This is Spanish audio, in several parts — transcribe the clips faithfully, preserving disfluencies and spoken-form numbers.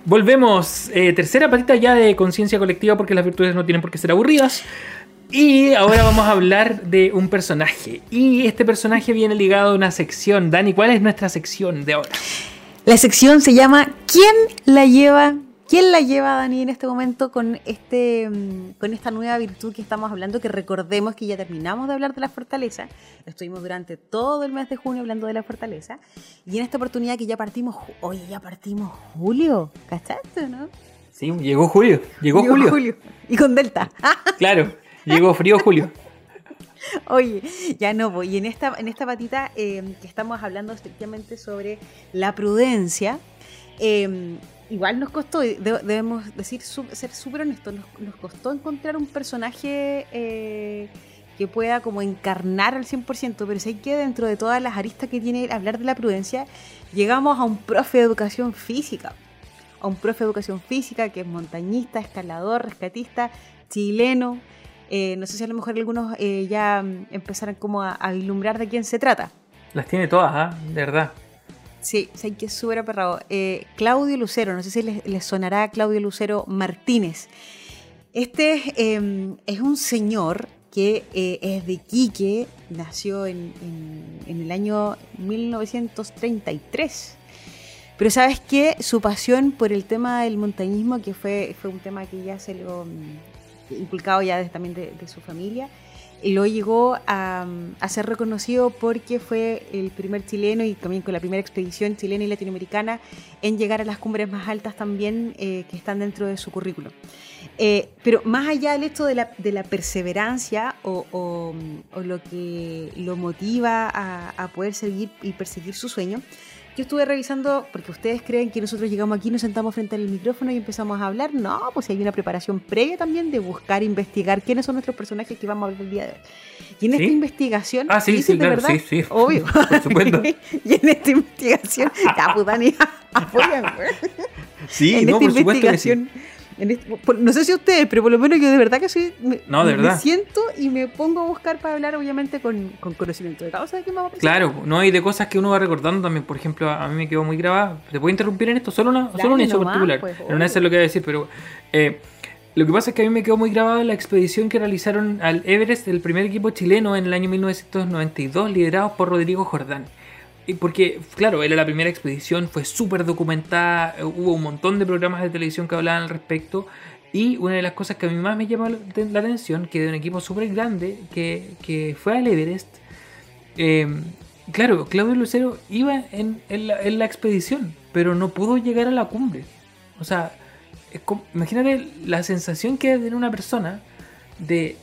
Volvemos, eh, tercera patita ya de conciencia colectiva, porque las virtudes no tienen por qué ser aburridas. Y ahora vamos a hablar de un personaje. Y este personaje viene ligado a una sección. Dani, ¿cuál es nuestra sección de ahora? La sección se llama ¿Quién la lleva? ¿Quién la lleva, Dani, en este momento con, este, con esta nueva virtud que estamos hablando? Que recordemos que ya terminamos de hablar de la fortaleza. Estuvimos durante todo el mes de junio hablando de la fortaleza. Y en esta oportunidad que ya partimos... Oye, ya partimos julio. ¿Cachaste, no? Sí, llegó julio. Llegó, llegó julio. julio. Y con Delta. Claro, llegó frío julio. Oye, ya no voy. Y en esta, en esta patita eh, que estamos hablando estrictamente sobre la prudencia... Eh, Igual nos costó, debemos decir, ser súper honestos, nos, nos costó encontrar un personaje eh, que pueda como encarnar al cien por ciento, pero sé que dentro de todas las aristas que tiene hablar de la prudencia, llegamos a un profe de educación física, a un profe de educación física que es montañista, escalador, rescatista, chileno. Eh, no sé si a lo mejor algunos eh, ya empezaron como a, a vislumbrar de quién se trata. Las tiene todas, ¿eh? De verdad. Sí, sé que es súper aperrado. Eh, Claudio Lucero, no sé si les, les sonará Claudio Lucero Martínez. Este eh, es un señor que eh, es de Iquique, nació en, en, en el año mil novecientos treinta y tres. Pero ¿sabes qué? Su pasión por el tema del montañismo, que fue, fue un tema que ya se lo um, inculcado ya desde, también de, de su familia, lo llegó a, a ser reconocido porque fue el primer chileno y también con la primera expedición chilena y latinoamericana en llegar a las cumbres más altas también eh, que están dentro de su currículum. Eh, pero más allá del hecho de la, de la perseverancia o, o, o lo que lo motiva a, a poder seguir y perseguir su sueño, yo estuve revisando, porque ustedes creen que nosotros llegamos aquí, nos sentamos frente al micrófono y empezamos a hablar. No, pues hay una preparación previa también de buscar, investigar quiénes son nuestros personajes que vamos a hablar el día de hoy. Y en ¿Sí? esta investigación... Ah, sí, sí, de claro, verdad, sí, sí. Obvio. Por supuesto. Y en esta investigación... Ya, pues, Dani, apoyan, Sí, en no, esta por supuesto que sí. En este, por, no sé si ustedes, pero por lo menos yo de verdad que soy, me, no, de verdad. me siento y me pongo a buscar para hablar, obviamente, con, con conocimiento de causa de qué vamos a pensar. Claro, no hay de cosas que uno va recordando también. Por ejemplo, a mí me quedó muy grabada. ¿Te puedo interrumpir en esto? Solo, una, Dale, solo un hecho nomás, particular. Pues, no es lo que voy a decir, pero eh, lo que pasa es que a mí me quedó muy grabada la expedición que realizaron al Everest del primer equipo chileno en el año mil novecientos noventa y dos, liderados por Rodrigo Jordán. Y porque, claro, era la primera expedición, fue súper documentada, hubo un montón de programas de televisión que hablaban al respecto. Y una de las cosas que a mí más me llamó la atención, que de un equipo súper grande que, que fue al Everest, eh, claro, Claudio Lucero iba en, en, la, en la expedición, pero no pudo llegar a la cumbre. O sea, es como, imagínate la sensación que tiene una persona de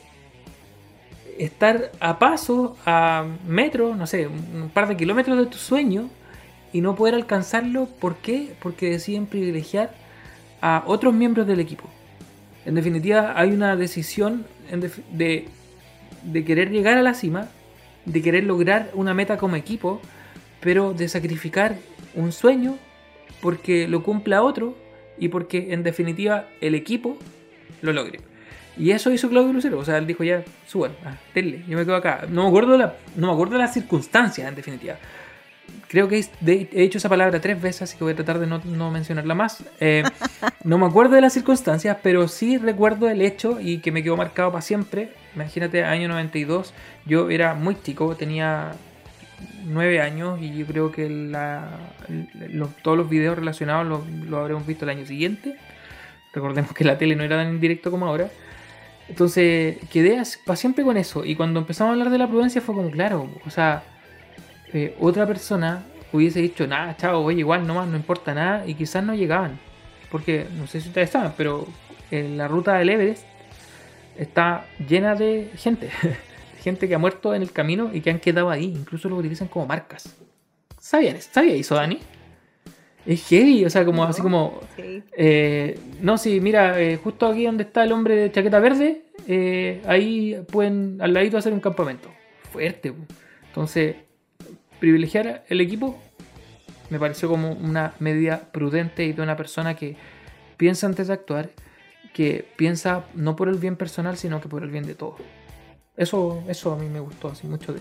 estar a paso, a metros, no sé, un par de kilómetros de tu sueño y no poder alcanzarlo. ¿Por qué? Porque deciden privilegiar a otros miembros del equipo. En definitiva, hay una decisión de, de querer llegar a la cima, de querer lograr una meta como equipo, pero de sacrificar un sueño porque lo cumpla otro y porque, en definitiva, el equipo lo logre. Y eso hizo Claudio Lucero. O sea, él dijo ya, suban, ah, denle, yo me quedo acá. No me acuerdo de la, no me acuerdo de las circunstancias, en definitiva. Creo que he hecho esa palabra tres veces, así que voy a tratar de no, no mencionarla más. Eh, no me acuerdo de las circunstancias, pero sí recuerdo el hecho y que me quedó marcado para siempre. Imagínate, año noventa y dos, yo era muy chico, tenía nueve años y yo creo que la, los, todos los videos relacionados los, los habremos visto el año siguiente. Recordemos que la tele no era tan en directo como ahora. Entonces quedé para siempre con eso. Y cuando empezamos a hablar de la prudencia fue como, claro, o sea... Eh, otra persona hubiese dicho nada, chao, oye, igual nomás, no importa nada, y quizás no llegaban, porque no sé si ustedes saben, pero en la ruta del Everest está llena de gente, de gente que ha muerto en el camino y que han quedado ahí, incluso lo utilizan como marcas. ¿Sabían eso? ¿Sabía eso, Dani? Es heavy, o sea, como no, así como sí. eh, no, sí, mira, eh, justo aquí donde está el hombre de chaqueta verde, eh, ahí pueden al ladito hacer un campamento. Fuerte, entonces privilegiar el equipo me pareció como una medida prudente y de una persona que piensa antes de actuar, que piensa no por el bien personal, sino que por el bien de todos. Eso, eso a mí me gustó así mucho de él.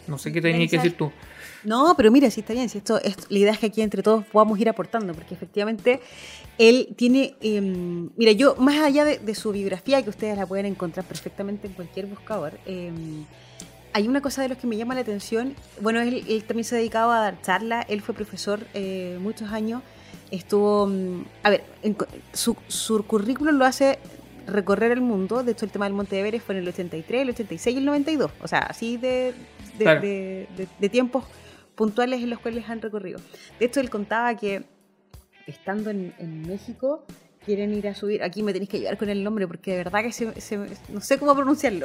No sé qué tenías que decir tú. No, pero mira, sí está bien. Si esto, esto, la idea es que aquí entre todos podamos ir aportando, porque efectivamente él tiene. Eh, mira, yo, más allá de, de su biografía, que ustedes la pueden encontrar perfectamente en cualquier buscador, eh, hay una cosa de los que me llama la atención. Bueno, él, él también se ha dedicado a dar charlas. Él fue profesor eh, muchos años. Estuvo. A ver, en, su, su currículum lo hace recorrer el mundo. De hecho, el tema del Monte Everest fue en el ochenta y tres, el ochenta y seis y el noventa y dos. O sea, así de, de, claro. de, de, de tiempos puntuales en los cuales han recorrido. De hecho, él contaba que estando en, en México quieren ir a subir, aquí me tenéis que ayudar con el nombre porque de verdad que se, se, no sé cómo pronunciarlo.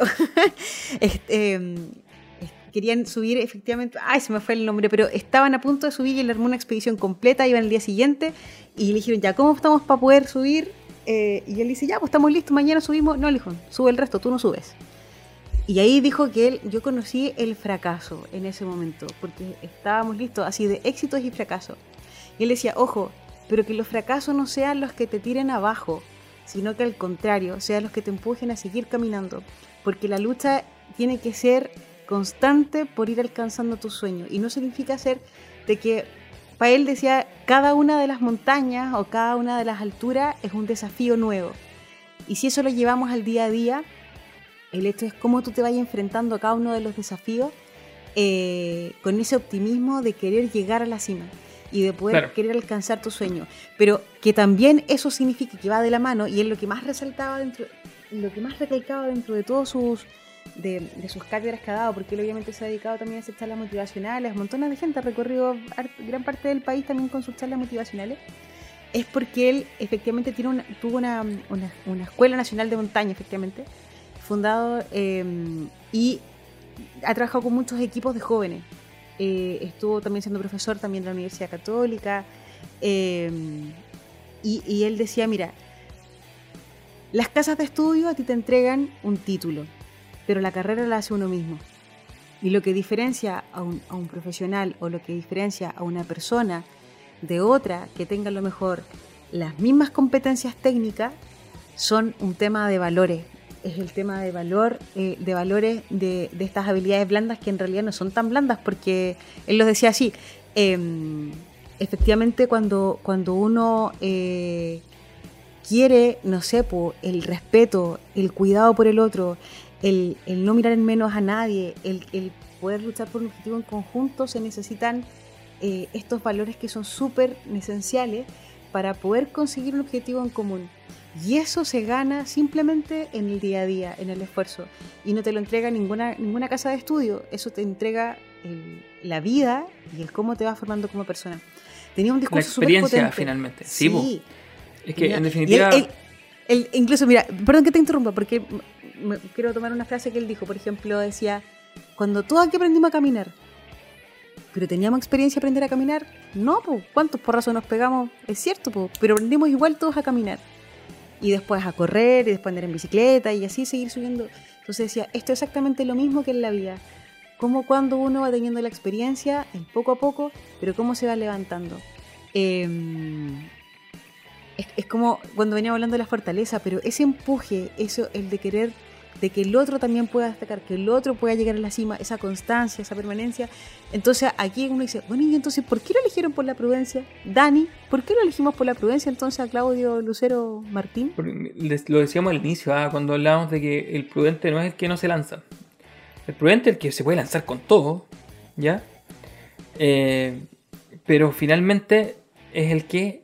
este, eh, querían subir efectivamente, ay se me fue el nombre, pero estaban a punto de subir y él armó una expedición completa, iban el día siguiente y le dijeron ya, ¿cómo estamos para poder subir? Eh, y él dice, ya, pues estamos listos, mañana subimos. No, le dijo, sube el resto, tú no subes. Y ahí dijo que él, yo conocí el fracaso en ese momento, porque estábamos listos así de éxitos y fracasos. Y él decía, ojo, pero que los fracasos no sean los que te tiren abajo, sino que al contrario, sean los que te empujen a seguir caminando. Porque la lucha tiene que ser constante por ir alcanzando tus sueños. Y no significa ser de que, para él decía, cada una de las montañas o cada una de las alturas es un desafío nuevo. Y si eso lo llevamos al día a día, el hecho es cómo tú te vayas enfrentando a cada uno de los desafíos eh, con ese optimismo de querer llegar a la cima y de poder claro. querer alcanzar tu sueño. Pero que también eso significa que va de la mano, y es lo que más resaltaba dentro, lo que más recalcaba dentro de todos sus de, de sus cátedras que ha dado, porque él obviamente se ha dedicado también a hacer charlas motivacionales, montones de gente ha recorrido gran parte del país también con sus charlas motivacionales, es porque él efectivamente tiene una, tuvo una, una, una escuela nacional de montaña, efectivamente, fundado eh, y ha trabajado con muchos equipos de jóvenes. Eh, estuvo también siendo profesor también en la Universidad Católica eh, y, y él decía, mira, las casas de estudio a ti te entregan un título, pero la carrera la hace uno mismo. Y lo que diferencia a un, a un profesional o lo que diferencia a una persona de otra que tenga a lo mejor las mismas competencias técnicas son un tema de valores. Es el tema de valor, eh, de valores de, de estas habilidades blandas que en realidad no son tan blandas, porque él los decía así, eh, efectivamente cuando, cuando uno eh, quiere, no sé, po, el respeto, el cuidado por el otro, el, el no mirar en menos a nadie, el, el poder luchar por un objetivo en conjunto, se necesitan eh, estos valores que son súper esenciales para poder conseguir un objetivo en común. Y eso se gana simplemente en el día a día, en el esfuerzo. Y no te lo entrega ninguna, ninguna casa de estudio. Eso te entrega el, la vida y el cómo te vas formando como persona. Tenía un discurso súper potente. La experiencia, finalmente. Sí, sí. Es que, Tenía, en definitiva... Él, él, él, incluso, mira, perdón que te interrumpa, porque me, quiero tomar una frase que él dijo. Por ejemplo, decía, cuando todos aquí aprendimos a caminar, pero teníamos experiencia aprender a caminar, no, pues, ¿cuántos porrazos nos pegamos? Es cierto, pues, pero aprendimos igual todos a caminar. Y después a correr, y después a andar en bicicleta, y así seguir subiendo. Entonces decía, esto es exactamente lo mismo que en la vida. Como cuando uno va teniendo la experiencia, en poco a poco, pero cómo se va levantando. Eh, es, es como cuando veníamos hablando de la fortaleza, pero ese empuje, eso, el de querer, de que el otro también pueda destacar, que el otro pueda llegar a la cima, esa constancia, esa permanencia. Entonces aquí uno dice, bueno, ¿y entonces por qué lo eligieron por la prudencia? Dani, ¿por qué lo elegimos por la prudencia entonces a Claudio Lucero Martín? Lo decíamos al inicio, ¿ah? Cuando hablábamos de que el prudente no es el que no se lanza. El prudente es el que se puede lanzar con todo, ¿ya? Eh, pero finalmente es el que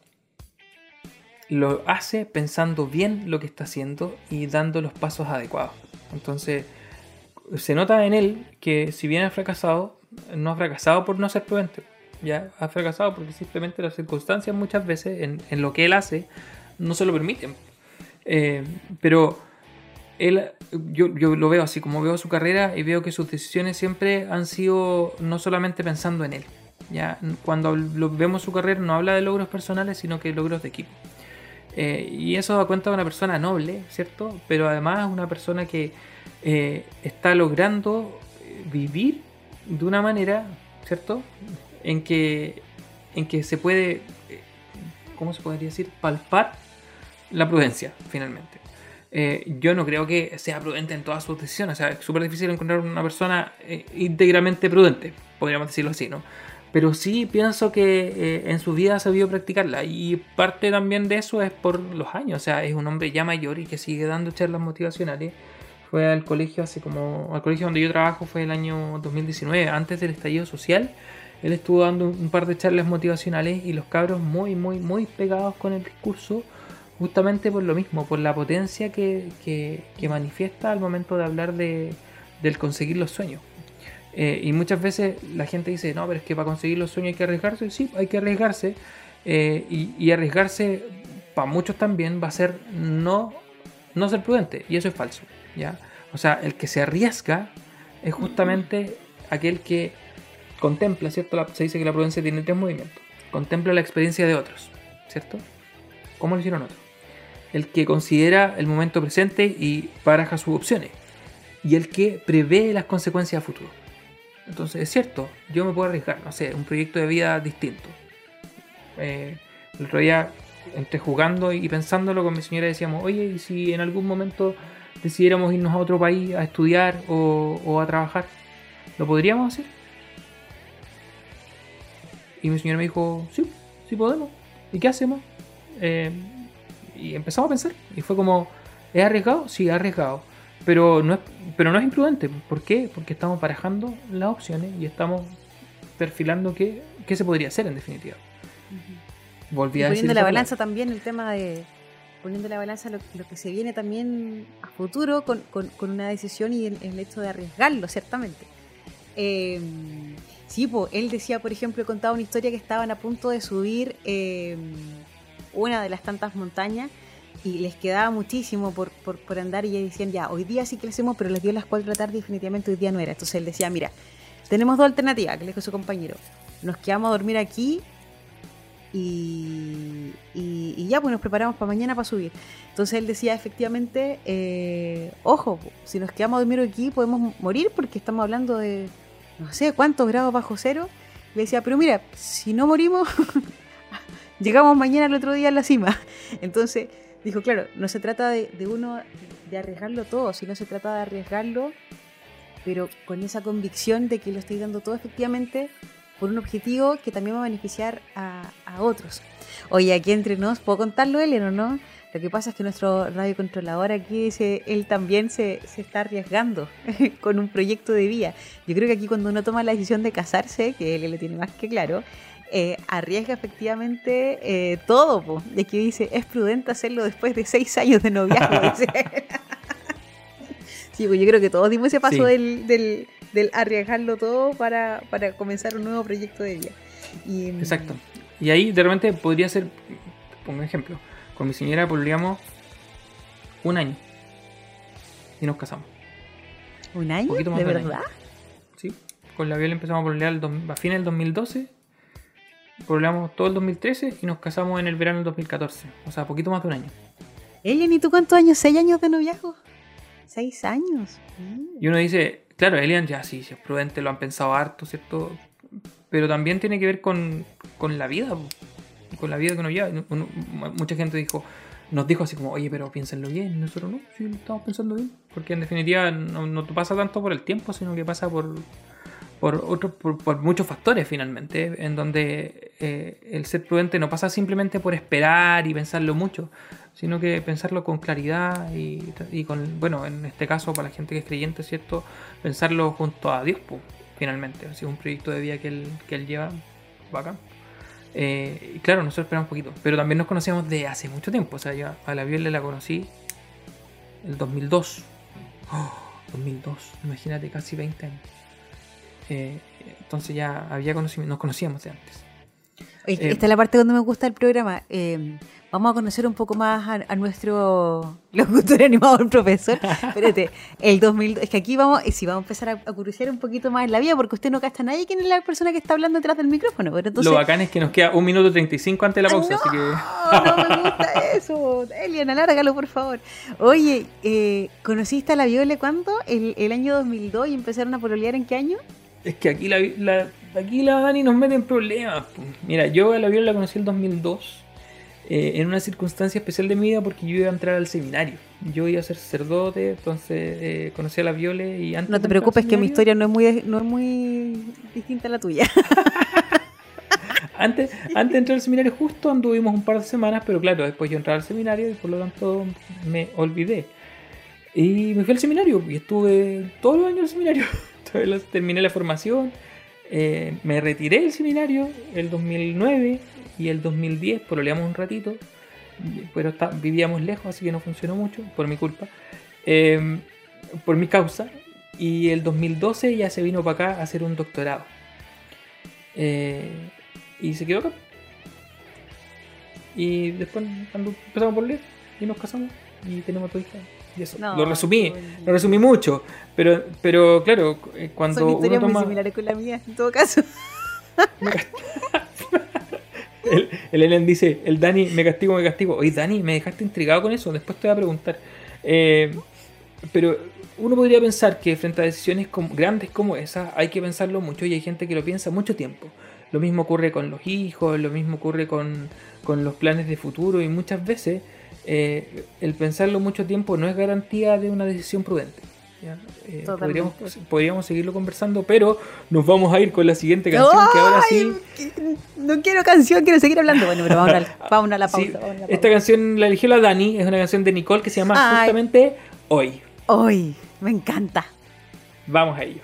lo hace pensando bien lo que está haciendo y dando los pasos adecuados. Entonces se nota en él que si bien ha fracasado, no ha fracasado por no ser prudente, ya ha fracasado porque simplemente las circunstancias muchas veces en, en lo que él hace no se lo permiten. Eh, pero él, yo, yo lo veo así, como veo su carrera y veo que sus decisiones siempre han sido no solamente pensando en él. Ya cuando lo, vemos su carrera no habla de logros personales, sino que de logros de equipo. Eh, y eso da cuenta de una persona noble, ¿cierto? Pero además una persona que eh, está logrando vivir de una manera, ¿cierto? En que, en que se puede, ¿cómo se podría decir? Palpar la prudencia, finalmente. Eh, yo no creo que sea prudente en todas sus decisiones. O sea, es súper difícil encontrar una persona eh, íntegramente prudente, podríamos decirlo así, ¿no? Pero sí pienso que eh, en su vida ha sabido practicarla. Y parte también de eso es por los años. O sea, es un hombre ya mayor y que sigue dando charlas motivacionales. Fue al colegio hace como... Al colegio donde yo trabajo fue el año dos mil diecinueve, antes del estallido social. Él estuvo dando un par de charlas motivacionales y los cabros muy, muy, muy pegados con el discurso. Justamente por lo mismo, por la potencia que, que, que manifiesta al momento de hablar de, del conseguir los sueños. Eh, y muchas veces la gente dice, no, pero es que para conseguir los sueños hay que arriesgarse. Sí, hay que arriesgarse. Eh, y, y arriesgarse, para muchos también, va a ser no, no ser prudente. Y eso es falso, ¿ya? O sea, el que se arriesga es justamente aquel que contempla, ¿cierto? La, se dice que la prudencia tiene tres movimientos. Contempla la experiencia de otros, ¿cierto? ¿Cómo lo hicieron otros? El que considera el momento presente y baraja sus opciones. Y el que prevé las consecuencias a futuro. Entonces, es cierto, yo me puedo arriesgar, no sé, un proyecto de vida distinto. Eh, el otro día, entre jugando y pensándolo con mi señora, decíamos, oye, ¿y si en algún momento decidiéramos irnos a otro país a estudiar o, o a trabajar? ¿Lo podríamos hacer? Y mi señora me dijo, sí, sí podemos. ¿Y qué hacemos? Eh, y empezamos a pensar y fue como, ¿es arriesgado? Sí, es arriesgado, pero no es, pero no es imprudente. ¿Por qué? Porque estamos barajando las opciones y estamos perfilando qué, qué se podría hacer en definitiva. Uh-huh. Volví a poniendo la balanza también el tema de poniendo la balanza lo, lo que se viene también a futuro con, con, con una decisión y el, el hecho de arriesgarlo, ciertamente. Eh, sí, pues él decía, por ejemplo, contaba una historia que estaban a punto de subir eh, una de las tantas montañas y les quedaba muchísimo por, por, por andar y ellos decían, ya, hoy día sí que lo hacemos, pero les dio las cuatro de la tarde y definitivamente hoy día no era. Entonces él decía, mira, tenemos dos alternativas, que le dijo su compañero, nos quedamos a dormir aquí y, y, y ya, pues nos preparamos para mañana para subir. Entonces él decía, efectivamente, eh, ojo, si nos quedamos a dormir aquí podemos morir porque estamos hablando de no sé cuántos grados bajo cero. Le decía, pero mira, si no morimos llegamos mañana al otro día a la cima. Entonces dijo, claro, no se trata de, de uno de arriesgarlo todo, sino se trata de arriesgarlo, pero con esa convicción de que lo estoy dando todo efectivamente por un objetivo que también va a beneficiar a, a otros. Oye, aquí entre nos, ¿puedo contarlo, Elian, o no? Lo que pasa es que nuestro radiocontrolador aquí dice, él también se, se está arriesgando con un proyecto de vida. Yo creo que aquí cuando uno toma la decisión de casarse, que él lo tiene más que claro, eh, arriesga efectivamente eh, todo, po. Y aquí dice, es prudente hacerlo después de seis años de noviazgo. Dice. Sí, pues yo creo que todos dimos ese paso sí. del, del, del arriesgarlo todo para, para comenzar un nuevo proyecto de vida. Y, exacto. Y ahí de repente podría ser, pongo un ejemplo, con mi señora pololeamos un año y nos casamos. ¿Un año? ¿De, de verdad? Año. Sí, con la Viola empezamos a pololear el dos, a fines del dos mil doce, pololeamos todo el dos mil trece y nos casamos en el verano del dos mil catorce. O sea, poquito más de un año. Elian, ¿y tú cuántos años? ¿Seis años de noviazgo? ¿Seis años? Mm. Y uno dice, claro, Elian ya sí, si es prudente, lo han pensado harto, ¿cierto? Pero también tiene que ver con, con la vida, con la vida que uno lleva. Uno, mucha gente dijo, nos dijo así como, oye, pero piénsenlo bien. Nosotros no, sí, lo estamos pensando bien. Porque en definitiva no, no pasa tanto por el tiempo, sino que pasa por, por, otro, por, por muchos factores finalmente, en donde eh, el ser prudente no pasa simplemente por esperar y pensarlo mucho, sino que pensarlo con claridad y, y con, bueno, en este caso para la gente que es creyente, ¿cierto? Pensarlo junto a Dios, pues, finalmente. Así un proyecto de vida que él, que él lleva, bacán. Eh, y claro, nosotros esperamos un poquito, pero también nos conocíamos de hace mucho tiempo. O sea, yo a la Viola la conocí el dos mil dos. Oh, dos mil dos, imagínate, casi veinte años. Eh, entonces ya había conocido, nos conocíamos de antes. Oye, eh, esta es la parte donde me gusta el programa. Eh, vamos a conocer un poco más a, a nuestro locutor animador, profesor. Espérate, el dos mil, es que aquí vamos, y si vamos a empezar a, a curiosear un poquito más en la vida, porque usted no gasta a nadie quién es la persona que está hablando detrás del micrófono. Pero entonces, lo bacán es que nos queda un minuto treinta y cinco antes de la pausa, no, así que... no me gusta eso. Elian, alárgalo, por favor. Oye, eh, ¿conociste a la Viola cuándo? El, el año dos mil dos y empezaron a pololear ¿en qué año? Es que aquí la, la, aquí la Dani nos mete en problemas. Mira, yo a la Viola la conocí el dos mil dos. eh, en una circunstancia especial de mi vida porque yo iba a entrar al seminario. Yo iba a ser sacerdote, entonces eh, conocí a la Viole y antes No te preocupes que mi historia no es muy, no es muy distinta a la tuya. Antes, antes de entrar al seminario justo anduvimos un par de semanas, pero claro, después yo entraba al seminario y por lo tanto me olvidé. Y me fui al seminario y estuve todos los años en el seminario. Terminé la formación, eh, me retiré del seminario el dos mil nueve y el dos mil diez, pololeamos un ratito, pero está, vivíamos lejos, así que no funcionó mucho, por mi culpa, eh, por mi causa. Y el dos mil doce ya se vino para acá a hacer un doctorado. Eh, y se quedó acá. Y después cuando empezamos por leer y nos casamos y tenemos dos hijas. Y eso. No, lo resumí, lo resumí mucho. Pero, pero claro, cuando son historias uno toma... muy similares con la mía, en todo caso. el, el Ellen dice, el Dani, me castigo, me castigo. Oye, Dani, me dejaste intrigado con eso. Después te voy a preguntar. Eh, pero uno podría pensar que frente a decisiones como, grandes como esas, hay que pensarlo mucho y hay gente que lo piensa mucho tiempo. Lo mismo ocurre con los hijos, lo mismo ocurre con, con los planes de futuro y muchas veces eh, el pensarlo mucho tiempo no es garantía de una decisión prudente. Eh, podríamos, podríamos seguirlo conversando, pero nos vamos a ir con la siguiente canción. ¡Ay! Que ahora sí. No quiero canción, quiero seguir hablando. Bueno, pero vamos a, vamos a la pausa. Sí, vamos a la pausa. Esta canción la eligió la Dani, es una canción de Nicole que se llama Ay. justamente Hoy. Hoy, me encanta. Vamos a ello.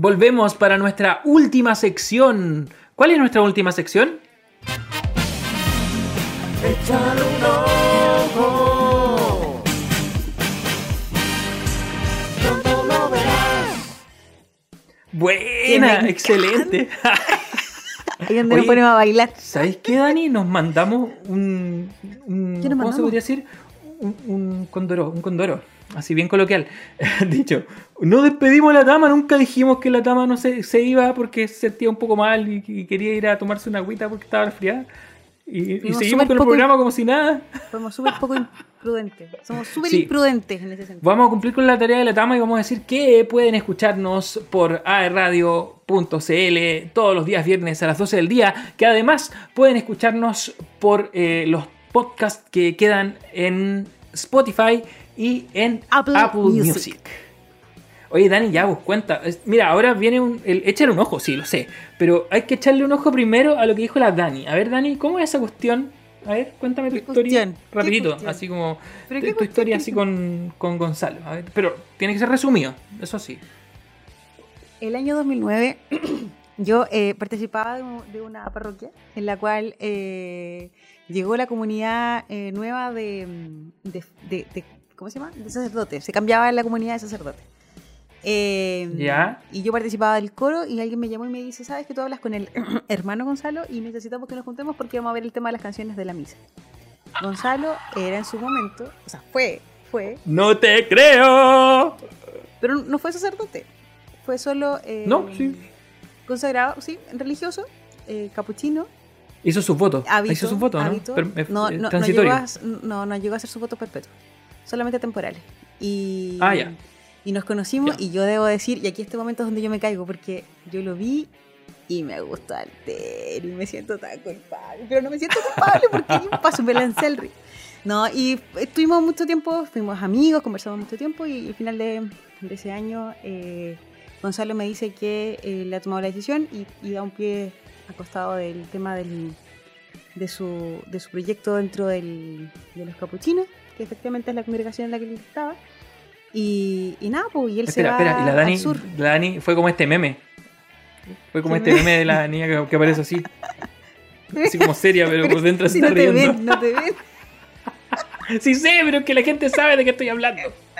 volvemos para nuestra última sección. ¿Cuál es nuestra última sección? Échale un ojo. Pronto lo verás. Buena, excelente. Ahí donde Oye, nos ponemos a bailar. ¿Sabéis qué, Dani? Nos mandamos un... un ¿Qué nos ¿Cómo se mandamos? podría decir? Un, un condoro, un condoro. Así bien coloquial. Dicho, no despedimos a la Tama, nunca dijimos que la Tama no se, se iba porque se sentía un poco mal y, y quería ir a tomarse una agüita porque estaba resfriada. Y, y Fuimos seguimos súper con el poco- programa como si nada. Fuimos súper poco imprudentes. Somos súper Sí. imprudentes en ese sentido. Vamos a cumplir con la tarea de la Tama y vamos a decir que pueden escucharnos por a e radio punto c l todos los días viernes a las doce del día, que además pueden escucharnos por eh, los podcasts que quedan en Spotify y en Apple Apple, Music. Music. Oye, Dani, ya vos cuenta. Es- Mira, ahora viene un... El, échale un ojo, sí, lo sé. Pero hay que echarle un ojo primero a lo que dijo la Dani. A ver, Dani, ¿cómo es esa cuestión? A ver, cuéntame tu ¿Qué historia cuestión? ¿Qué rapidito. cuestión? Así como ¿Pero tu, qué tu cuestión? historia ¿Qué así con, con Gonzalo. A ver, pero tiene que ser resumido, eso sí. El año dos mil nueve yo eh, participaba de, un- de una parroquia en la cual eh, llegó la comunidad eh, nueva de, de, de- de- ¿cómo se llama? De sacerdotes. Se cambiaba la comunidad de sacerdotes. Eh, Ya. Y yo participaba del coro y alguien me llamó y me dice, ¿sabes que tú hablas con el hermano Gonzalo y necesitamos que nos juntemos porque vamos a ver el tema de las canciones de la misa? Gonzalo era en su momento, o sea, fue, fue, ¡No te creo! pero no fue sacerdote. Fue solo eh, No, sí. consagrado, sí, religioso, eh, capuchino, Hizo sus votos. hábito. Hizo sus votos, ¿no? hábito. Per- eh, no, eh, no, no, transitorio. llegó a, no, no llegó a hacer sus votos perpetuos, solamente temporales. Y, Ah, ya. y nos conocimos Ya. y yo debo decir, y aquí este momento es donde yo me caigo, porque yo lo vi y me gustó altero y me siento tan culpable, pero no me siento culpable porque di un paso, me lancé al río. No, y estuvimos mucho tiempo, fuimos amigos, conversamos mucho tiempo y al final de, de ese año eh, Gonzalo me dice que eh, le ha tomado la decisión y, y da un pie acostado del tema del, de, su, de su proyecto dentro del, de los capuchinos, que efectivamente es la congregación en la que él estaba. Y, y nada, pues, y él Espera, se va espera, y la Dani, al sur. la Dani fue como este meme. Fue como ¿Qué este meme? meme de la niña que, que aparece así. Así como seria, pero por dentro se si está no te riendo. ven, no te ven. Sí sé, pero es que la gente sabe de qué estoy hablando.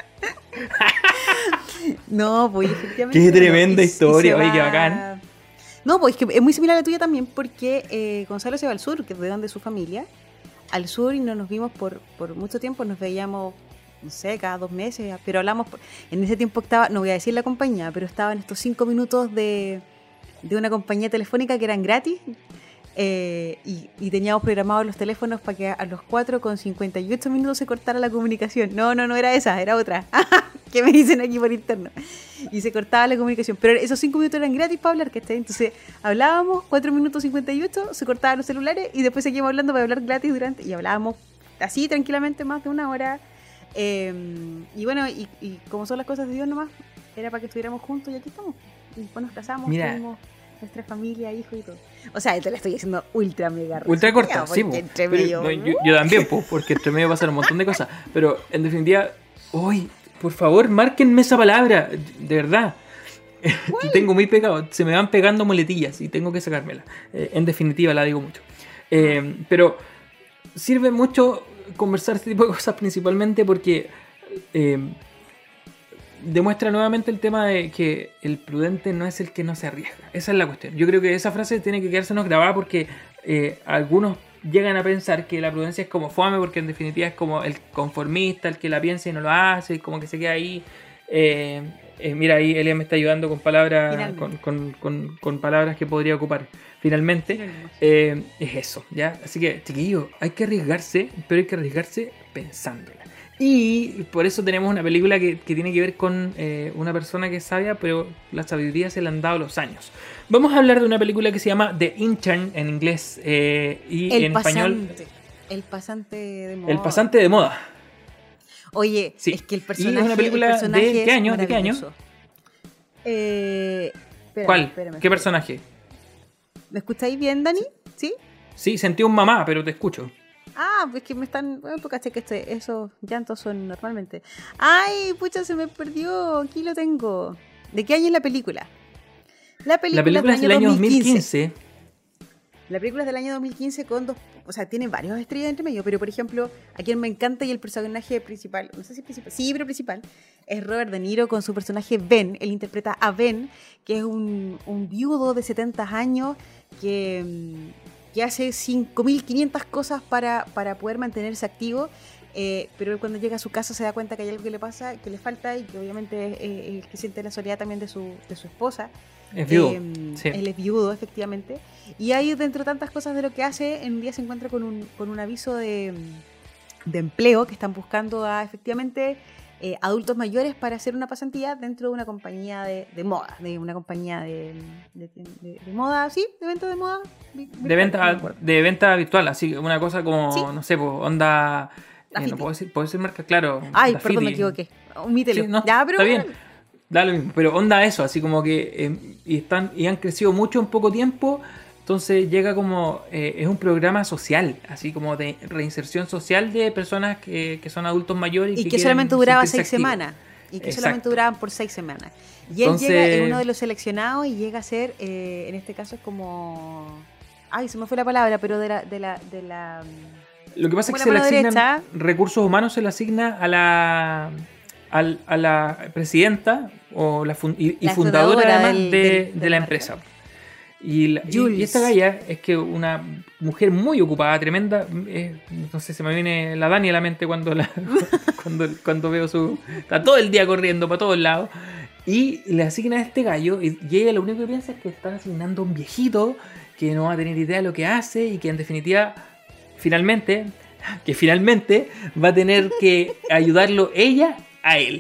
No, pues efectivamente. Qué no, tremenda y- y historia, se oye, qué va- bacán. No, pues es que es muy similar a la tuya también, porque eh, Gonzalo se va al sur, que es de donde es su familia, al sur y no nos vimos por, por mucho tiempo, nos veíamos, no sé, cada dos meses, pero hablamos, por- en ese tiempo estaba, no voy a decir la compañía, pero estaba en estos cinco minutos de, de una compañía telefónica que eran gratis. Eh, y, y teníamos programados los teléfonos para que a los cuatro con cincuenta y ocho minutos se cortara la comunicación. No, no, no era esa, era otra. ¿Qué me dicen aquí por interno? Y se cortaba la comunicación. Pero esos cinco minutos eran gratis para hablar, ¿cachai? Entonces hablábamos, cuatro minutos cincuenta y ocho, se cortaban los celulares y después seguíamos hablando para hablar gratis durante. Y hablábamos así tranquilamente más de una hora. Eh, y bueno, y, y como son las cosas de Dios nomás, era para que estuviéramos juntos y aquí estamos. Y después nos casamos, Mira. tuvimos nuestra familia, hijos y todo. O sea, esto le estoy haciendo ultra mega Ultra resumida, corta, sí. porque po. entre Pero, medio- no, yo, yo también, po, porque entre medio pasan un montón de cosas. Pero en definitiva, uy, por favor, márquenme esa palabra, de verdad. Lo tengo muy pegado, se me van pegando muletillas y tengo que sacármela. Eh, en definitiva, la digo mucho. Eh, pero sirve mucho conversar este tipo de cosas principalmente porque eh, demuestra nuevamente el tema de que el prudente no es el que no se arriesga. Esa es la cuestión. Yo creo que esa frase tiene que quedársenos grabada porque eh, algunos llegan a pensar que la prudencia es como fome porque en definitiva es como el conformista, el que la piensa y no lo hace, como que se queda ahí. Eh, eh, mira, ahí Elia me está ayudando con palabras, Finalmente. con, con, con, con palabras que podría ocupar. Finalmente, Finalmente. eh, es eso, ¿ya? Así que, chiquillos, hay que arriesgarse, pero hay que arriesgarse pensándola. Y por eso tenemos una película que, que tiene que ver con eh, una persona que es sabia, pero la sabiduría se le han dado los años. Vamos a hablar de una película que se llama The Intern en inglés eh, y El en pasante. español El pasante de moda. El pasante de moda. Oye, Sí. es que el Y es personaje. una película el personaje de- ¿qué es año? ¿De qué año? maravilloso. Eh, espérame, ¿Cuál? espérame, ¿Qué espérame. personaje? ¿Me escucháis bien, Dani? ¿Sí? Sí, sentí un mamá, pero te escucho. Ah, pues que me están. Bueno, tú caché que este, esos llantos son normalmente. ¡Ay, pucha, se me perdió! Aquí lo tengo. ¿De qué año es la película? La película, La película es del año dos mil quince. La película es del año dos mil quince con dos, o sea, tiene varios estrellas entre medio, pero por ejemplo, a quien me encanta y el personaje principal, no sé si principal, sí, pero principal, es Robert De Niro con su personaje Ben. Él interpreta a Ben, que es un, un viudo de setenta años que, que hace cinco mil quinientas cosas para, para poder mantenerse activo. Eh, pero él cuando llega a su casa se da cuenta que hay algo que le pasa, que le falta, y que obviamente es eh, el que siente la soledad también de su, de su esposa. Es viudo. Eh, Sí. Él es viudo, efectivamente. Y ahí, dentro de tantas cosas de lo que hace, en un día se encuentra con un, con un aviso de, de empleo, que están buscando a, efectivamente, eh, adultos mayores para hacer una pasantía dentro de una compañía de, de moda, de una compañía de, de, de- de moda, sí, de venta de moda. vi- De virtual, venta, no me acuerdo. de venta virtual, así que una cosa como, Sí. no sé, pues, onda. eh, Dafiti. no puedo decir, puedo decir marca, claro. Ay, Dafiti. perdón, me equivoqué. Omítelo. Sí, no, ya, pero está bien, da lo mismo, pero onda eso, así como que eh, y están y han crecido mucho en poco tiempo, entonces llega como eh, es un programa social, así como de reinserción social de personas que, que son adultos mayores Y que que quieren solamente duraba sentirse seis activos. semanas. Y que Exacto. solamente duraban por seis semanas. Y él Entonces- llega, es uno de los seleccionados y llega a ser, eh, en este caso es como... Ay, se me fue la palabra, pero de la... De la, de la Lo que pasa es que Como se la le mano asignan derecha. recursos humanos, se le asigna a la al- a la presidenta o la fun- y, y La fundadora fundadora además del- de, del- de del la marca. empresa. Y, la- y- Jules. y esta galla es que una mujer muy ocupada, tremenda, eh, no sé, se me viene la Dani a la mente cuando, la, cuando, cuando veo su... Está todo el día corriendo para todos lados. Y le asigna a este gallo y, y ella lo único que piensa es que están asignando a un viejito que no va a tener idea de lo que hace y que en definitiva, finalmente, que finalmente va a tener que ayudarlo ella a él.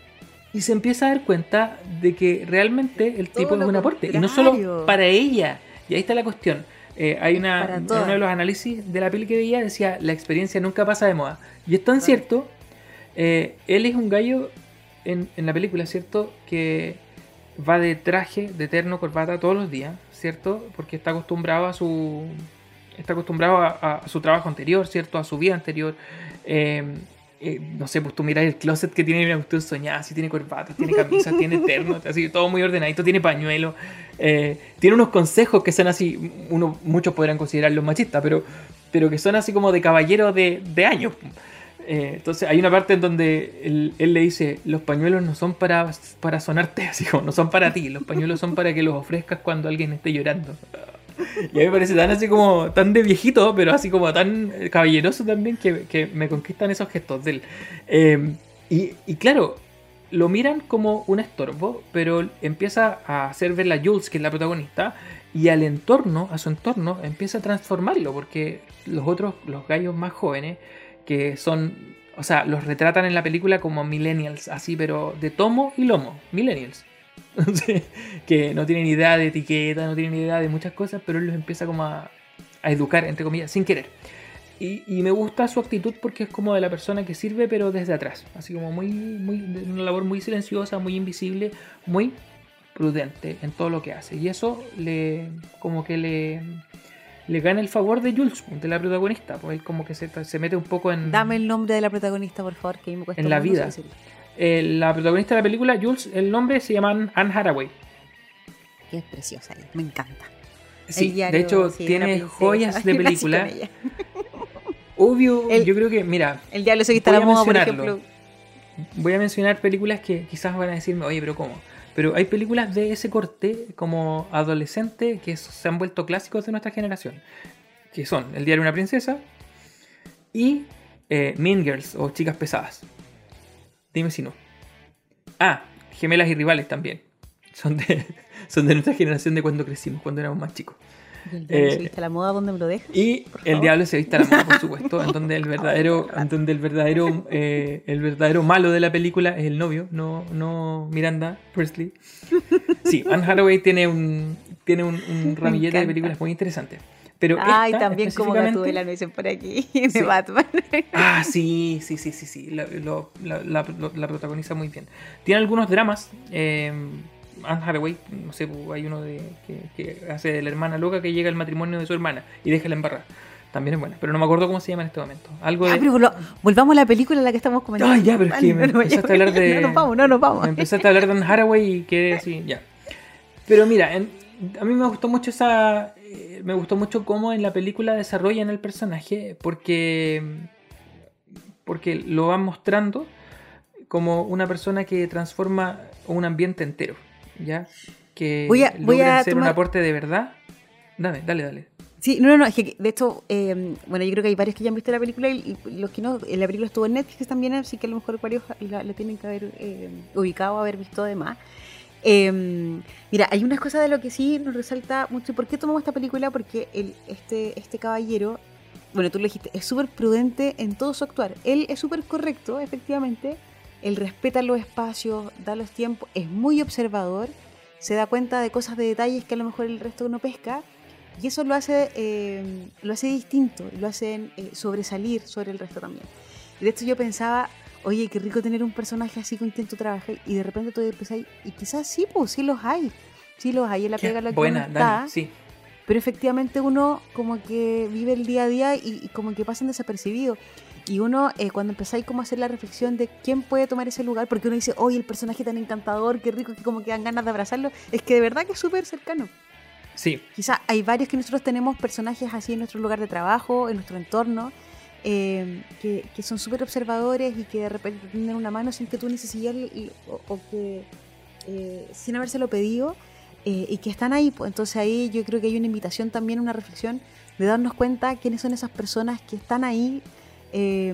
Y se empieza a dar cuenta de que realmente el Todo tipo es lo un aporte. Y no contrario. solo para ella. Y ahí está la cuestión. Eh, hay una, Para en todas. uno de los análisis de la peli que veía decía, la experiencia nunca pasa de moda. Y es tan cierto. eh, él es un gallo en, en la película, ¿cierto? Que va de traje, de terno, corbata todos los días, ¿cierto? Porque está acostumbrado a su... Está acostumbrado a, a su trabajo anterior, ¿cierto? A su vida anterior. Eh, eh, no sé, pues tú miras el closet que tiene una cuestión soñada, así tiene corbatas, tiene camisas, tiene ternos, así todo muy ordenadito, tiene pañuelo, eh, tiene unos consejos que son así, uno, muchos podrán considerarlos machistas, pero, pero que son así como de caballero de, de años. Eh, entonces hay una parte en donde él, él le dice, los pañuelos no son para, para sonarte, así como no son para ti, los pañuelos son para que los ofrezcas cuando alguien esté llorando. Y a mí me parece tan así como, tan de viejito, pero así como tan caballeroso también que, que me conquistan esos gestos de él. Eh, y, y claro, lo miran como un estorbo, pero empieza a hacer ver la Jules, que es la protagonista, y al entorno, a su entorno, empieza a transformarlo, porque los otros, los gallos más jóvenes, que son, o sea, los retratan en la película como millennials, así, pero de tomo y lomo, millennials. Que no tienen idea de etiqueta, no tienen idea de muchas cosas, pero él los empieza como a, a educar, entre comillas, sin querer. Y, y me gusta su actitud porque es como de la persona que sirve, pero desde atrás. Así como muy, muy, de una labor muy silenciosa, muy invisible, muy prudente en todo lo que hace. Y eso le, como que le, le gana el favor de Jules, de la protagonista. Pues él como que se, se mete un poco en... Dame el nombre de la protagonista, por favor, que a mí me cuesta En la mucho vida. decirlo. Eh, la protagonista de la película, Jules, el nombre se llama Anne Hathaway. Que es preciosa ella, me encanta. Sí, El diario, de hecho sí, tiene una princesa. joyas de Nací película. con ella. Obvio, El- yo creo que, mira, El diablo se viste a Voy la a moda, por mencionarlo. ejemplo. voy a mencionar películas que quizás van a decirme, oye, pero ¿cómo? Pero hay películas de ese corte como adolescente que se han vuelto clásicos de nuestra generación. Que son El diario de una princesa y eh, Mean Girls o Chicas pesadas. Dime si no. Ah, Gemelas y rivales también. Son de, son de nuestra generación de cuando crecimos, cuando éramos más chicos. ¿Y el diablo Eh, se viste a la moda? ¿Dónde me lo dejas? Y Por El favor. diablo se viste a la moda, por supuesto, en donde el verdadero, en donde el verdadero, eh, el verdadero malo de la película es el novio, no, no Miranda Presley. Sí, Anne Hathaway tiene un, tiene un, un ramillete de encanta. películas muy interesantes. Pero Ay, esta, también como específicamente- Gatúbela me dicen por aquí, de Sí. Batman. Ah, sí, sí, sí, sí, sí. La, lo- la, la- lo- la protagoniza muy bien. Tiene algunos dramas. Eh, Anne Hathaway, no sé, hay uno de que, que hace de la hermana loca que llega al matrimonio de su hermana y deja la embarrada. También es buena, pero no me acuerdo cómo se llama en este momento. Algo Ya, de... pero vol- volvamos a la película en la que estamos comentando. Ay, ya, pero es que me No, no, empezaste ya, a hablar de... No nos vamos, no nos vamos. Me empezaste a hablar de Anne Hathaway y que sí, ya. Pero mira, en- a mí me gustó mucho esa. eh, Me gustó mucho cómo en la película desarrollan el personaje, porque. Porque lo van mostrando como una persona que transforma un ambiente entero, ¿ya? Voy Que a, voy logra a hacer un tomar... aporte de verdad. Dale, dale, dale. Sí, no, no, no, es que de hecho, eh, bueno, yo creo que hay varios que ya han visto la película y, y los que no, eh, la película estuvo en Netflix también, así que a lo mejor varios la, la tienen que haber eh, ubicado, haber visto además. Eh, Mira, hay unas cosas de lo que sí nos resalta mucho. ¿Por qué tomamos esta película? Porque el, este, este caballero, bueno, tú lo dijiste, es súper prudente en todo su actuar. Él es súper correcto, efectivamente. Él respeta los espacios, da los tiempos, es muy observador, se da cuenta de cosas, de detalles que a lo mejor el resto no pesca. Y eso lo hace, eh, lo hace distinto, lo hace eh, sobresalir sobre el resto también. Y de hecho yo pensaba, oye, qué rico tener un personaje así con quien tú trabajas. Y de repente tú empezáis, y quizás sí, pues sí los hay. Sí los hay en la Qué pega en la que buena, uno está. Dani, sí. Pero efectivamente uno como que vive el día a día y, y como que pasan desapercibidos. Y uno, eh, cuando empezáis como a hacer la reflexión de quién puede tomar ese lugar, porque uno dice, oye, el personaje tan encantador, qué rico, que como que dan ganas de abrazarlo, es que de verdad que es súper cercano. Sí, Quizás hay varios que nosotros tenemos personajes así en nuestro lugar de trabajo, en nuestro entorno, eh, que, que son súper observadores y que de repente te tienden una mano sin que tú necesites o, o que eh, sin habérselo pedido, eh, y que están ahí. Pues entonces ahí yo creo que hay una invitación también, una reflexión de darnos cuenta quiénes son esas personas que están ahí eh,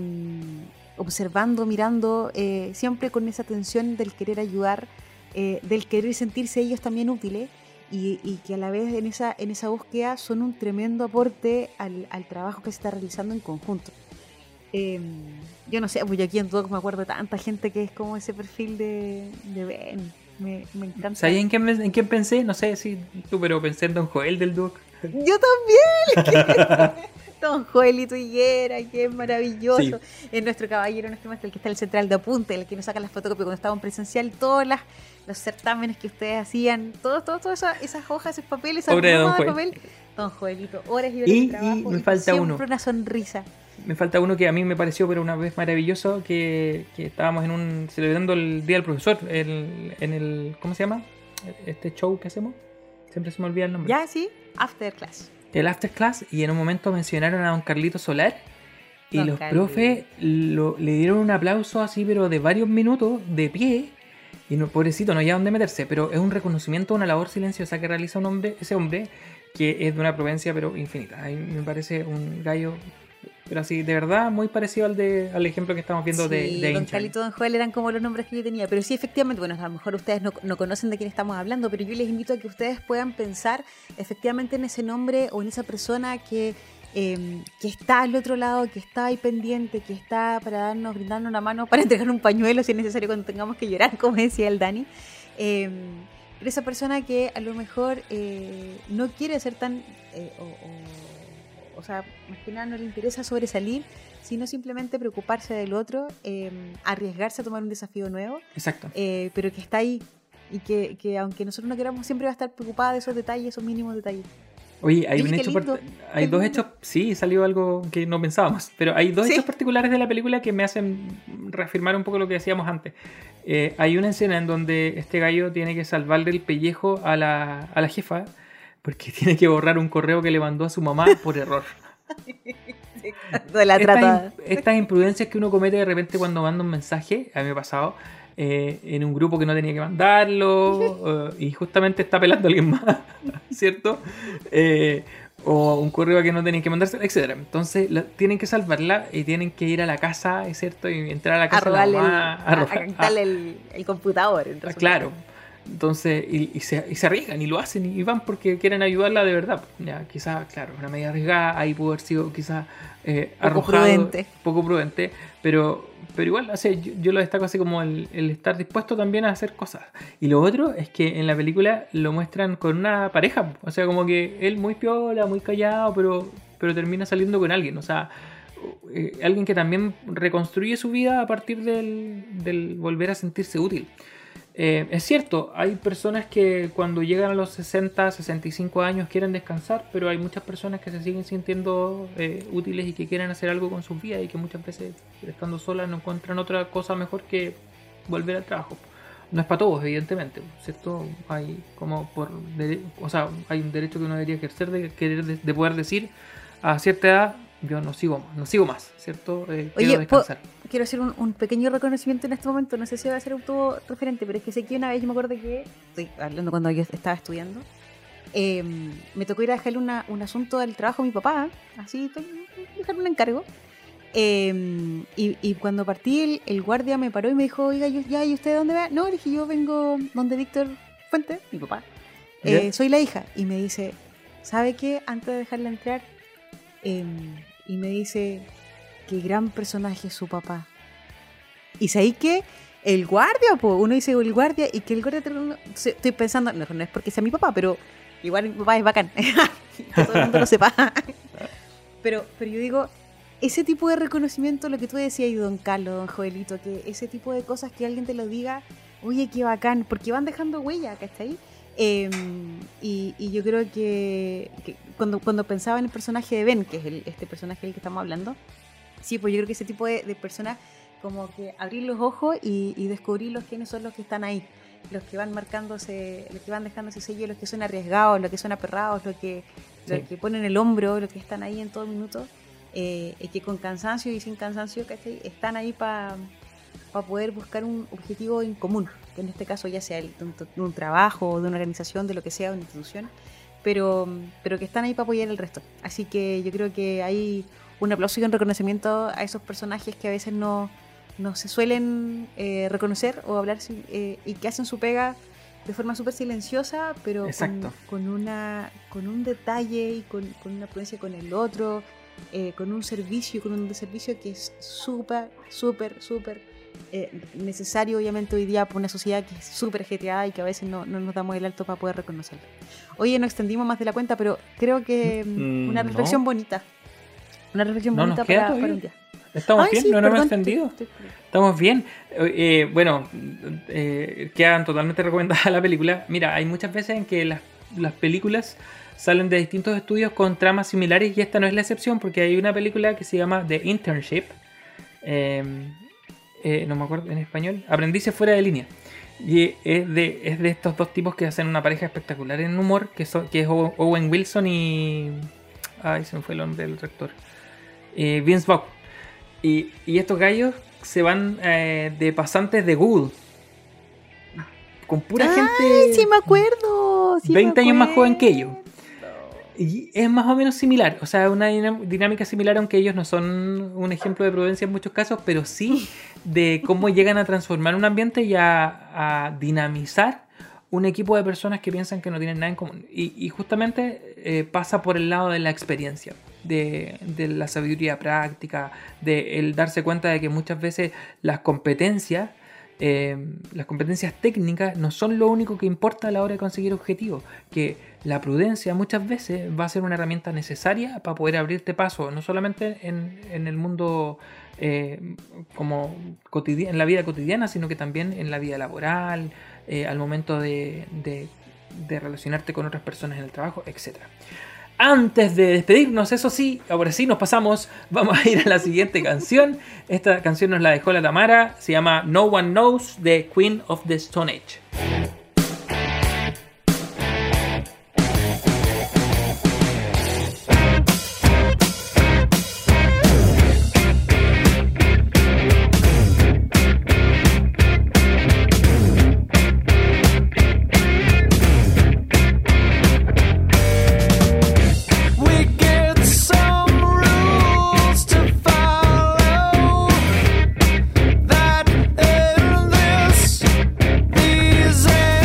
observando, mirando, eh, siempre con esa atención del querer ayudar, eh, del querer sentirse ellos también útiles. Y, y que a la vez en esa, en esa búsqueda son un tremendo aporte al, al trabajo que se está realizando en conjunto. Eh, yo no sé, pues yo aquí en Doc me acuerdo de tanta gente que es como ese perfil de, de Ben. Me, me encanta. ¿sabes en quién, en quién pensé? No sé si tú, pero pensé en Don Joel del Duke. Yo también. Don Joelito Higuera, que es maravilloso. Sí. Es nuestro caballero, nuestro maestro, el que está en el central de apunte, el que nos saca las fotocopias cuando estábamos presencial, todas las los certámenes que ustedes hacían, todas todo, todo esas, esas hojas, esos papeles, esas Pobre de Don plumas de Joel. papel. Don Joelito, horas y horas Y- de trabajo. y me falta siempre uno. una sonrisa. Me falta uno que a mí me pareció, pero una vez maravilloso, que, que estábamos en un celebrando el Día del Profesor, el, en el, ¿cómo se llama? Este show que hacemos. Siempre se me olvida el nombre. Ya, sí, after class. El After Class, y en un momento mencionaron a don Carlito Solar y Don los Carlito. profes lo- le dieron un aplauso así, pero de varios minutos, de pie, y no, pobrecito, no había dónde meterse, pero es un reconocimiento a una labor silenciosa que realiza un hombre, ese hombre, que es de una provincia pero infinita. A mí me parece un gallo, pero así, de verdad, muy parecido al de al ejemplo que estamos viendo Sí, de, de Don Inchon. Carlito, Don Joel eran como los nombres que yo tenía. Pero sí, efectivamente, bueno, a lo mejor ustedes no, no conocen de quién estamos hablando, pero yo les invito a que ustedes puedan pensar efectivamente en ese nombre o en esa persona que, eh, que está al otro lado, que está ahí pendiente, que está para darnos, brindarnos una mano, para entregar un pañuelo si es necesario cuando tengamos que llorar, como decía el Dani. Eh, pero esa persona que a lo mejor eh, no quiere ser tan... eh, o, o, o sea, más que nada no le interesa sobresalir, sino simplemente preocuparse del otro, eh, arriesgarse a tomar un desafío nuevo, Exacto. eh, pero que está ahí y que, que aunque nosotros no queramos, siempre va a estar preocupada de esos detalles, esos mínimos detalles. Oye, hay Oye, un qué hecho lindo, part- hay qué dos lindo. hechos, sí, salió algo que no pensábamos, pero hay dos Sí. hechos particulares de la película que me hacen reafirmar un poco lo que decíamos antes. Eh, hay una escena en donde este gallo tiene que salvarle el pellejo a la, a la jefa porque tiene que borrar un correo que le mandó a su mamá por error. De la estas, trata. im- estas imprudencias que uno comete de repente cuando manda un mensaje, a mí me ha pasado, eh, en un grupo que no tenía que mandarlo, eh, y justamente está pelando a alguien más, ¿cierto? Eh, o un correo que no tenían que mandarse, etcétera. Entonces la- tienen que salvarla y tienen que ir a la casa, ¿cierto? Y entrar a la A casa de la robarle, el, mamá, a, a robar- quitarle el, el computador. en Ah, resumen. claro. Entonces, y, y se, y se arriesgan y lo hacen y van porque quieren ayudarla de verdad. Ya, quizás, claro, una medida arriesgada, ahí pudo haber sido quizás eh, Poco arrojado, prudente. poco prudente, pero, pero igual, o sea, yo, yo lo destaco así como el, el estar dispuesto también a hacer cosas. Y lo otro es que en la película lo muestran con una pareja, o sea, como que él muy piola, muy callado, pero, pero termina saliendo con alguien, o sea, eh, alguien que también reconstruye su vida a partir del, del volver a sentirse útil. Eh, es cierto, hay personas que cuando llegan a los sesenta, sesenta y cinco años quieren descansar, pero hay muchas personas que se siguen sintiendo eh, útiles y que quieren hacer algo con sus vidas y que muchas veces, estando solas, no encuentran otra cosa mejor que volver al trabajo. no es para todos, evidentemente, ¿cierto? Hay como por dere- o sea, hay un derecho que uno debería ejercer de querer de, de poder decir a cierta edad yo no sigo más, no sigo más, ¿cierto? Eh, quiero Oye, po- descansar. quiero hacer un, un pequeño reconocimiento en este momento. No sé si va a ser autorreferente, pero es que sé que una vez yo me acuerdo que, estoy hablando cuando yo estaba estudiando, eh, me tocó ir a dejarle una, un asunto del trabajo a mi papá, así, to- dejarle un encargo. Eh, y, y cuando partí, el, el guardia me paró y me dijo, oiga, yo, ya, ¿y usted dónde va? No, le dije, yo vengo donde Víctor Fuente, mi papá. Eh, ¿Ya? soy la hija. Y me dice, ¿sabe qué? Antes de dejarla entrar, eh, y me dice, qué gran personaje es su papá. Y sabéis que el guardia, po, uno dice el guardia, y que el guardia, te- se- estoy pensando, no, no es porque sea mi papá, pero igual mi papá es bacán, que todo el mundo lo sepa. pero, pero yo digo, ese tipo de reconocimiento, lo que tú decías, y don Carlos, don Joelito, que ese tipo de cosas que alguien te lo diga, oye, qué bacán, porque van dejando huella, ¿cachai? Eh, y, y yo creo que, que cuando, cuando pensaba en el personaje de Ben, que es el, este personaje del que estamos hablando, sí, pues yo creo que ese tipo de, de personas, como que abrir los ojos y, y descubrir los quiénes son los que están ahí, los que van marcándose, los que van dejando ese sello, los que son arriesgados, los que son aperrados, los que, Sí. los que ponen el hombro, los que están ahí en todo minuto, eh, y que con cansancio y sin cansancio, ¿cachai? Están ahí para para poder buscar un objetivo en común, que en este caso ya sea el, de, un, de un trabajo, de una organización, de lo que sea, una institución, pero, pero que están ahí para apoyar el resto. Así que yo creo que hay un aplauso y un reconocimiento a esos personajes que a veces no, no se suelen eh, reconocer o hablar eh, y que hacen su pega de forma súper silenciosa, pero con, Exacto. con, una, con un detalle y con, con una prudencia con el otro, eh, con un servicio, con un servicio que es súper, súper, súper Eh, necesario obviamente hoy día por una sociedad que es súper ajetreada y que a veces no, no nos damos el alto para poder reconocerlo. Oye, nos extendimos más de la cuenta, pero creo que mm, una Mm, reflexión no. bonita. Una reflexión No, bonita nos queda para, todavía. para un día. ¿Estamos Ay, bien? sí, ¿No nos hemos perdón, extendido? estoy- estoy- Estamos bien. Eh, bueno, eh, quedan totalmente recomendadas la película. Mira, hay muchas veces en que las, las películas salen de distintos estudios con tramas similares y esta no es la excepción porque hay una película que se llama The Internship. Eh, eh, no me acuerdo en español. Aprendices fuera de línea. Y es de, es de estos dos tipos que hacen una pareja espectacular en humor, que, son, que es Owen Wilson y... Ay, se me fue el nombre del actor. Eh, Vince Vaughn. Y, y estos gallos se van eh, de pasantes de Google. Con pura Ay, gente sí me acuerdo. sí me veinte años más joven que ellos. acuerdo. Y es más o menos similar. O sea, una dinam- dinámica similar, aunque ellos no son un ejemplo de prudencia en muchos casos, pero sí de cómo llegan a transformar un ambiente y a, a dinamizar un equipo de personas que piensan que no tienen nada en común. Y, y justamente eh, pasa por el lado de la experiencia, de, de la sabiduría práctica, de el darse cuenta de que muchas veces las competencias, eh, las competencias técnicas no son lo único que importa a la hora de conseguir objetivos, que la prudencia muchas veces va a ser una herramienta necesaria para poder abrirte paso, no solamente en, en el mundo eh, como cotidiano, en la vida cotidiana, sino que también en la vida laboral, eh, al momento de, de, de relacionarte con otras personas en el trabajo, etcétera. Antes de despedirnos, eso sí, ahora sí nos pasamos, vamos a ir a la siguiente canción. Esta canción nos la dejó la Tamara, se llama No One Knows, de Queen of the Stone Age. We get some rules to follow that in this these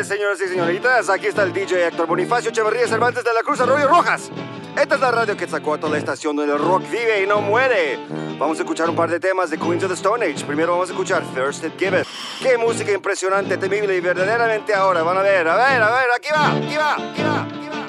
tardes, señoras y señoritas. Aquí está el D J Héctor Bonifacio Echeverría Cervantes de la Cruz Arroyo Rojas. Esta es la radio Quetzalcóatl, la estación donde el rock vive y no muere. Vamos a escuchar un par de temas de Queens of the Stone Age. Primero vamos a escuchar First It Give It. Qué música impresionante, temible y verdaderamente ahora. Van a ver, a ver, a ver, aquí va, aquí va, aquí va, aquí va.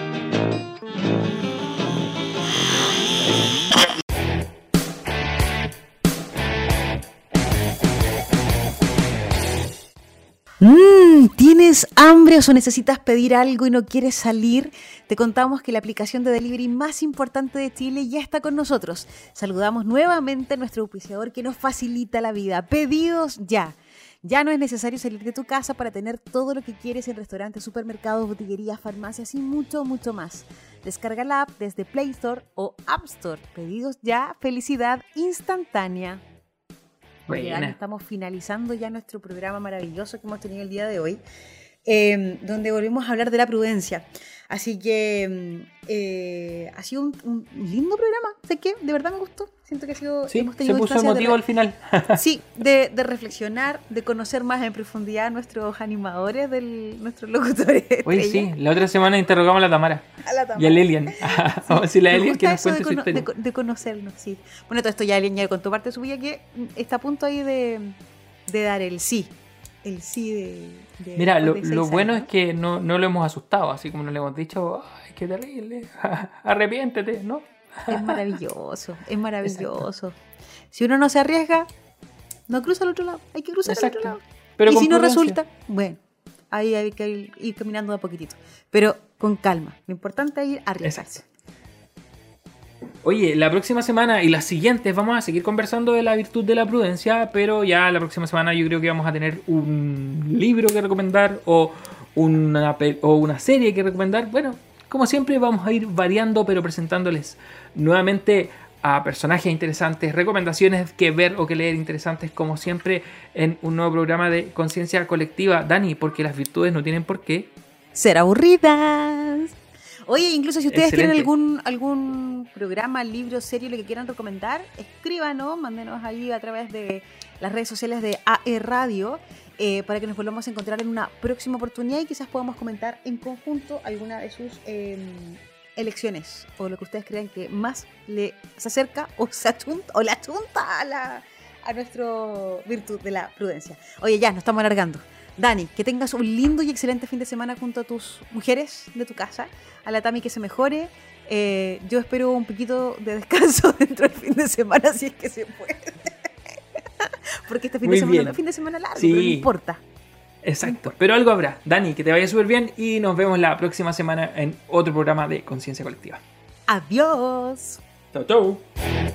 Mmm, ¿tienes hambre o necesitas pedir algo y no quieres salir? Te contamos que la aplicación de delivery más importante de Chile ya está con nosotros. Saludamos nuevamente a nuestro auspiciador que nos facilita la vida. Pedidos ya. Ya no es necesario salir de tu casa para tener todo lo que quieres en restaurantes, supermercados, botillerías, farmacias y mucho, mucho más. Descarga la app desde Play Store o App Store. Pedidos ya, felicidad instantánea. Oye, Dani, estamos finalizando ya nuestro programa maravilloso que hemos tenido el día de hoy, eh, donde volvemos a hablar de la prudencia. Así que eh, ha sido un, un lindo programa. ¿Sé qué? De verdad me gustó. Siento que ha sido... Sí, hemos se puso emotivo al final. Sí, de, de reflexionar, de conocer más en profundidad a nuestros animadores, del, nuestros locutores. Oye, sí, la otra semana interrogamos a la Tamara. A la Tamara. Y a Lilian. Sí. Vamos a decirle a Me Lilian gusta que nos eso cuente de, su cono- historia. de, de conocernos, sí. Bueno, todo esto ya Lilian ya contó parte de su vida que está a punto ahí de, de dar el sí. El sí de... de Mira, lo, de seis lo bueno años. es que no, no lo hemos asustado, así como no le hemos dicho, ay, qué terrible, arrepiéntete, ¿no? Es maravilloso, es maravilloso. Exacto. Si uno no se arriesga, no cruza al otro lado, hay que cruzar Exacto. al otro lado. Pero y con si no prudencia. resulta, bueno, ahí hay que ir, ir caminando de a poquitito. Pero con calma, lo importante es ir a arriesgarse. Exacto. Oye, la próxima semana y las siguientes vamos a seguir conversando de la virtud de la prudencia, pero ya la próxima semana yo creo que vamos a tener un libro que recomendar o una, pe- o una serie que recomendar. Bueno, como siempre vamos a ir variando, pero presentándoles nuevamente a personajes interesantes, recomendaciones que ver o que leer interesantes, como siempre en un nuevo programa de Conciencia Colectiva. Dani, porque las virtudes no tienen por qué ser aburridas. Oye, incluso si ustedes Excelente. tienen algún algún programa, libro, serie, lo que quieran recomendar, escríbanos, mándenos ahí a través de las redes sociales de A E Radio eh, para que nos volvamos a encontrar en una próxima oportunidad y quizás podamos comentar en conjunto alguna de sus eh, elecciones o lo que ustedes crean que más le se acerca o se achunta o le achunta a la a nuestro virtud de la prudencia. Oye, ya, nos estamos alargando. Dani, que tengas un lindo y excelente fin de semana junto a tus mujeres de tu casa. A la Tami que se mejore. Eh, yo espero un poquito de descanso dentro del fin de semana, si es que se puede. Porque este fin Muy de semana bien. no es fin de semana largo, Sí. pero no importa. Exacto, pero algo habrá. Dani, que te vaya súper bien y nos vemos la próxima semana en otro programa de Conciencia Colectiva. Adiós. Chau, chau.